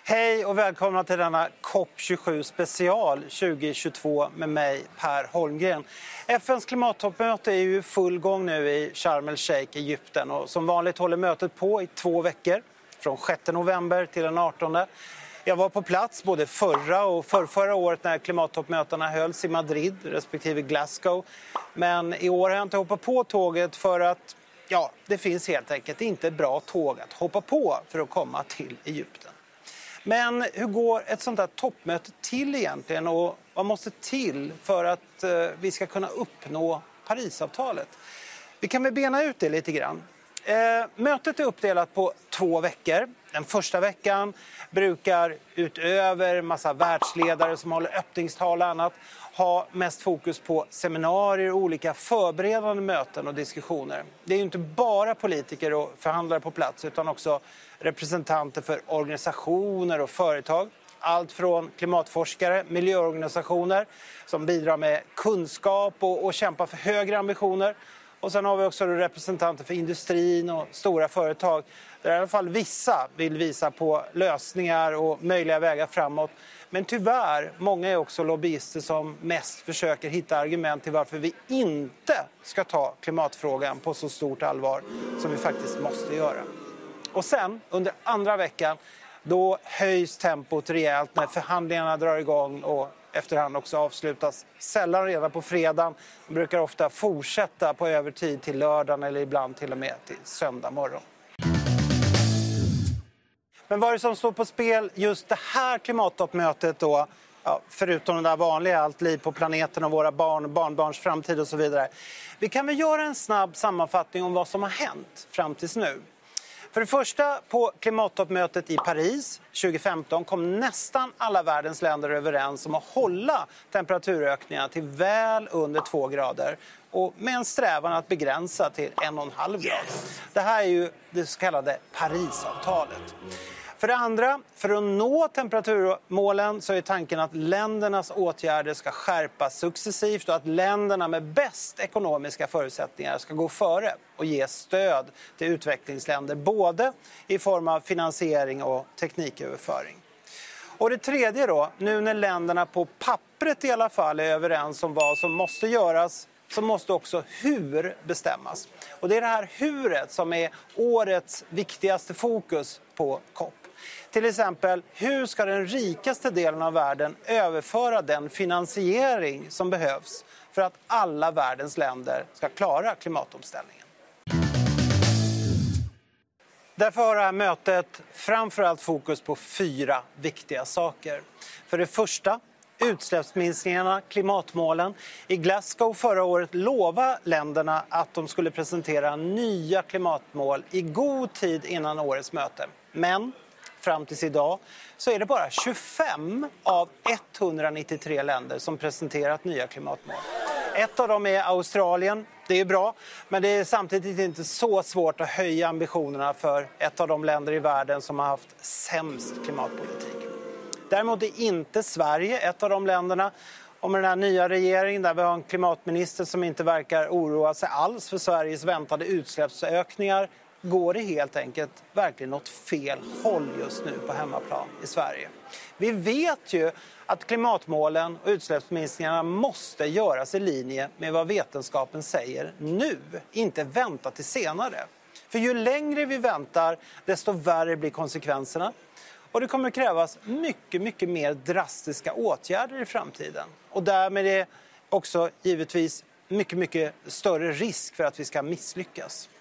Hej och välkomna till denna COP27 special 2022 med mig Per Holmgren. FNs klimattoppmöte är ju i full gång nu i Sharm el-Sheikh, Egypten. Och som vanligt håller mötet på i 2 veckor, från 6 november till den 18. Jag var på plats både förra och förrförra året när klimattoppmötena hölls i Madrid respektive Glasgow. Men i år har jag inte hoppat på tåget för att det finns helt enkelt inte bra tåg att hoppa på för att komma till Egypten. Men hur går ett sånt här toppmöte till egentligen och vad måste till för att vi ska kunna uppnå Parisavtalet? Vi kan väl bena ut det lite grann. Mötet är uppdelat på 2 veckor. Den första veckan brukar utöver massa världsledare som håller öppningstal och annat ha mest fokus på seminarier och olika förberedande möten och diskussioner. Det är ju inte bara politiker och förhandlare på plats utan också representanter för organisationer och företag. Allt från klimatforskare, miljöorganisationer som bidrar med kunskap och kämpar för högre ambitioner. Och sen har vi också representanter för industrin och stora företag där i alla fall vissa vill visa på lösningar och möjliga vägar framåt. Men tyvärr, många är också lobbyister som mest försöker hitta argument till varför vi inte ska ta klimatfrågan på så stort allvar som vi faktiskt måste göra. Och sen, under andra veckan, då höjs tempot rejält när förhandlingarna drar igång och efterhand också avslutas. Sällan redan på fredagen. De brukar ofta fortsätta på övertid till lördagen eller ibland till och med till söndag morgon. Men vad är det som står på spel just det här klimattoppmötet då? Ja, förutom det där vanliga, allt liv på planeten och våra barn och barnbarns framtid och så vidare. Vi kan väl göra en snabb sammanfattning om vad som har hänt fram tills nu. För det första, på klimattoppmötet i Paris 2015 kom nästan alla världens länder överens om att hålla temperaturökningarna till väl under 2 grader och med en strävan att begränsa till 1,5 grader. Det här är ju det så kallade Parisavtalet. För det andra, för att nå temperaturmålen så är tanken att ländernas åtgärder ska skärpas successivt och att länderna med bäst ekonomiska förutsättningar ska gå före och ge stöd till utvecklingsländer både i form av finansiering och tekniköverföring. Och det tredje då, nu när länderna på pappret i alla fall är överens om vad som måste göras så måste också hur bestämmas. Och det är det här huret som är årets viktigaste fokus på COP. Till exempel, hur ska den rikaste delen av världen överföra den finansiering som behövs för att alla världens länder ska klara klimatomställningen? Därför har det här mötet framförallt fokus på 4 viktiga saker. För det första, utsläppsminskningarna, klimatmålen. I Glasgow förra året lovade länderna att de skulle presentera nya klimatmål i god tid innan årets möte. Men fram tills idag så är det bara 25 av 193 länder som presenterat nya klimatmål. Ett av dem är Australien. Det är bra, men det är samtidigt inte så svårt att höja ambitionerna för ett av de länder i världen som har haft sämst klimatpolitik. Däremot är inte Sverige ett av de länderna. Och med den här nya regeringen där vi har en klimatminister som inte verkar oroa sig alls för Sveriges väntade utsläppsökningar går det helt enkelt verkligen åt fel håll just nu på hemmaplan i Sverige. Vi vet ju att klimatmålen och utsläppsminskningarna måste göras i linje med vad vetenskapen säger nu, inte vänta till senare. För ju längre vi väntar, desto värre blir konsekvenserna. Och det kommer krävas mycket mer drastiska åtgärder i framtiden. Och därmed är det också givetvis mycket större risk för att vi ska misslyckas.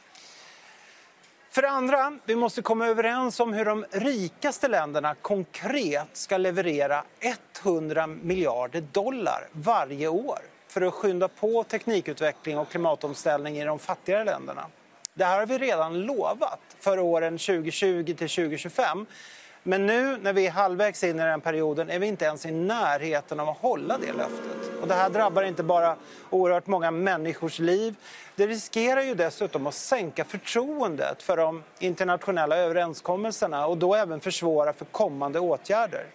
För det andra, vi måste komma överens om hur de rikaste länderna konkret ska leverera 100 miljarder dollar varje år för att skynda på teknikutveckling och klimatomställning i de fattigare länderna. Det här har vi redan lovat för åren 2020 till 2025. Men nu när vi är halvvägs in i den perioden är vi inte ens i närheten av att hålla det löftet. Och det här drabbar inte bara oerhört många människors liv. Det riskerar ju dessutom att sänka förtroendet för de internationella överenskommelserna och då även försvåra för kommande åtgärder.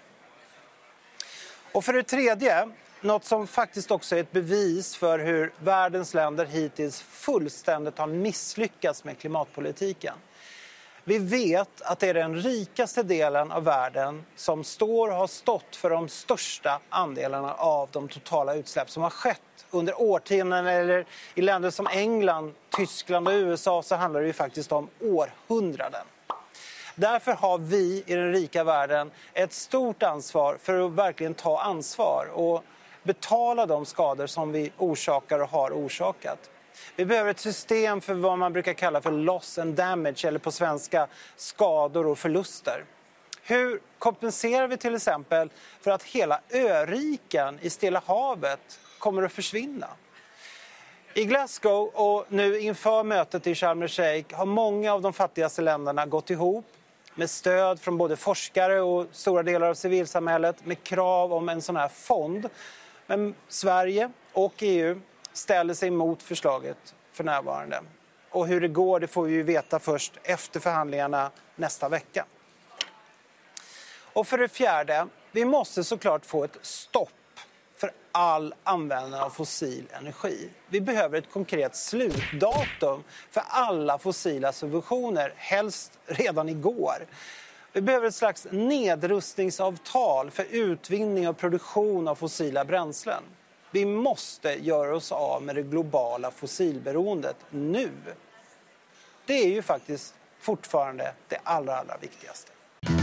Och för det tredje, något som faktiskt också är ett bevis för hur världens länder hittills fullständigt har misslyckats med klimatpolitiken. Vi vet att det är den rikaste delen av världen som har stått för de största andelarna av de totala utsläpp som har skett under årtionden, eller i länder som England, Tyskland och USA så handlar det ju faktiskt om århundraden. Därför har vi i den rika världen ett stort ansvar för att verkligen ta ansvar och betala de skador som vi orsakar och har orsakat. Vi behöver ett system för vad man brukar kalla för loss and damage, eller på svenska skador och förluster. Hur kompenserar vi till exempel för att hela öriken i Stilla havet kommer att försvinna? I Glasgow och nu inför mötet i Sharm el-Sheikh har många av de fattigaste länderna gått ihop med stöd från både forskare och stora delar av civilsamhället med krav om en sån här fond. Men Sverige och EU ställer sig emot förslaget för närvarande. Och hur det går, det får vi ju veta först efter förhandlingarna nästa vecka. Och för det fjärde, vi måste såklart få ett stopp för all användning av fossil energi. Vi behöver ett konkret slutdatum för alla fossila subventioner, helst redan igår. Vi behöver ett slags nedrustningsavtal för utvinning och produktion av fossila bränslen. Vi måste göra oss av med det globala fossilberoendet nu. Det är ju faktiskt fortfarande det allra viktigaste.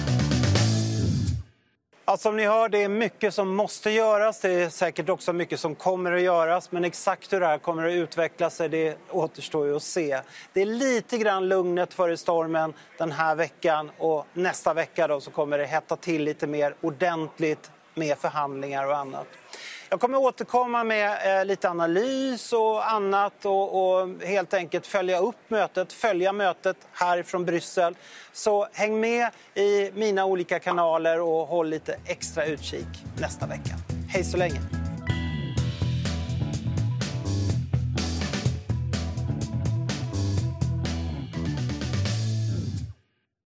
Som ni hör, det är mycket som måste göras. Det är säkert också mycket som kommer att göras. Men exakt hur det här kommer att utveckla sig, det återstår ju att se. Det är lite grann lugnet före stormen den här veckan. Och nästa vecka då så kommer det hetta till lite mer ordentligt med förhandlingar och annat. Jag kommer återkomma med lite analys och annat och helt enkelt följa mötet här från Bryssel. Så häng med i mina olika kanaler och håll lite extra utkik nästa vecka. Hej så länge!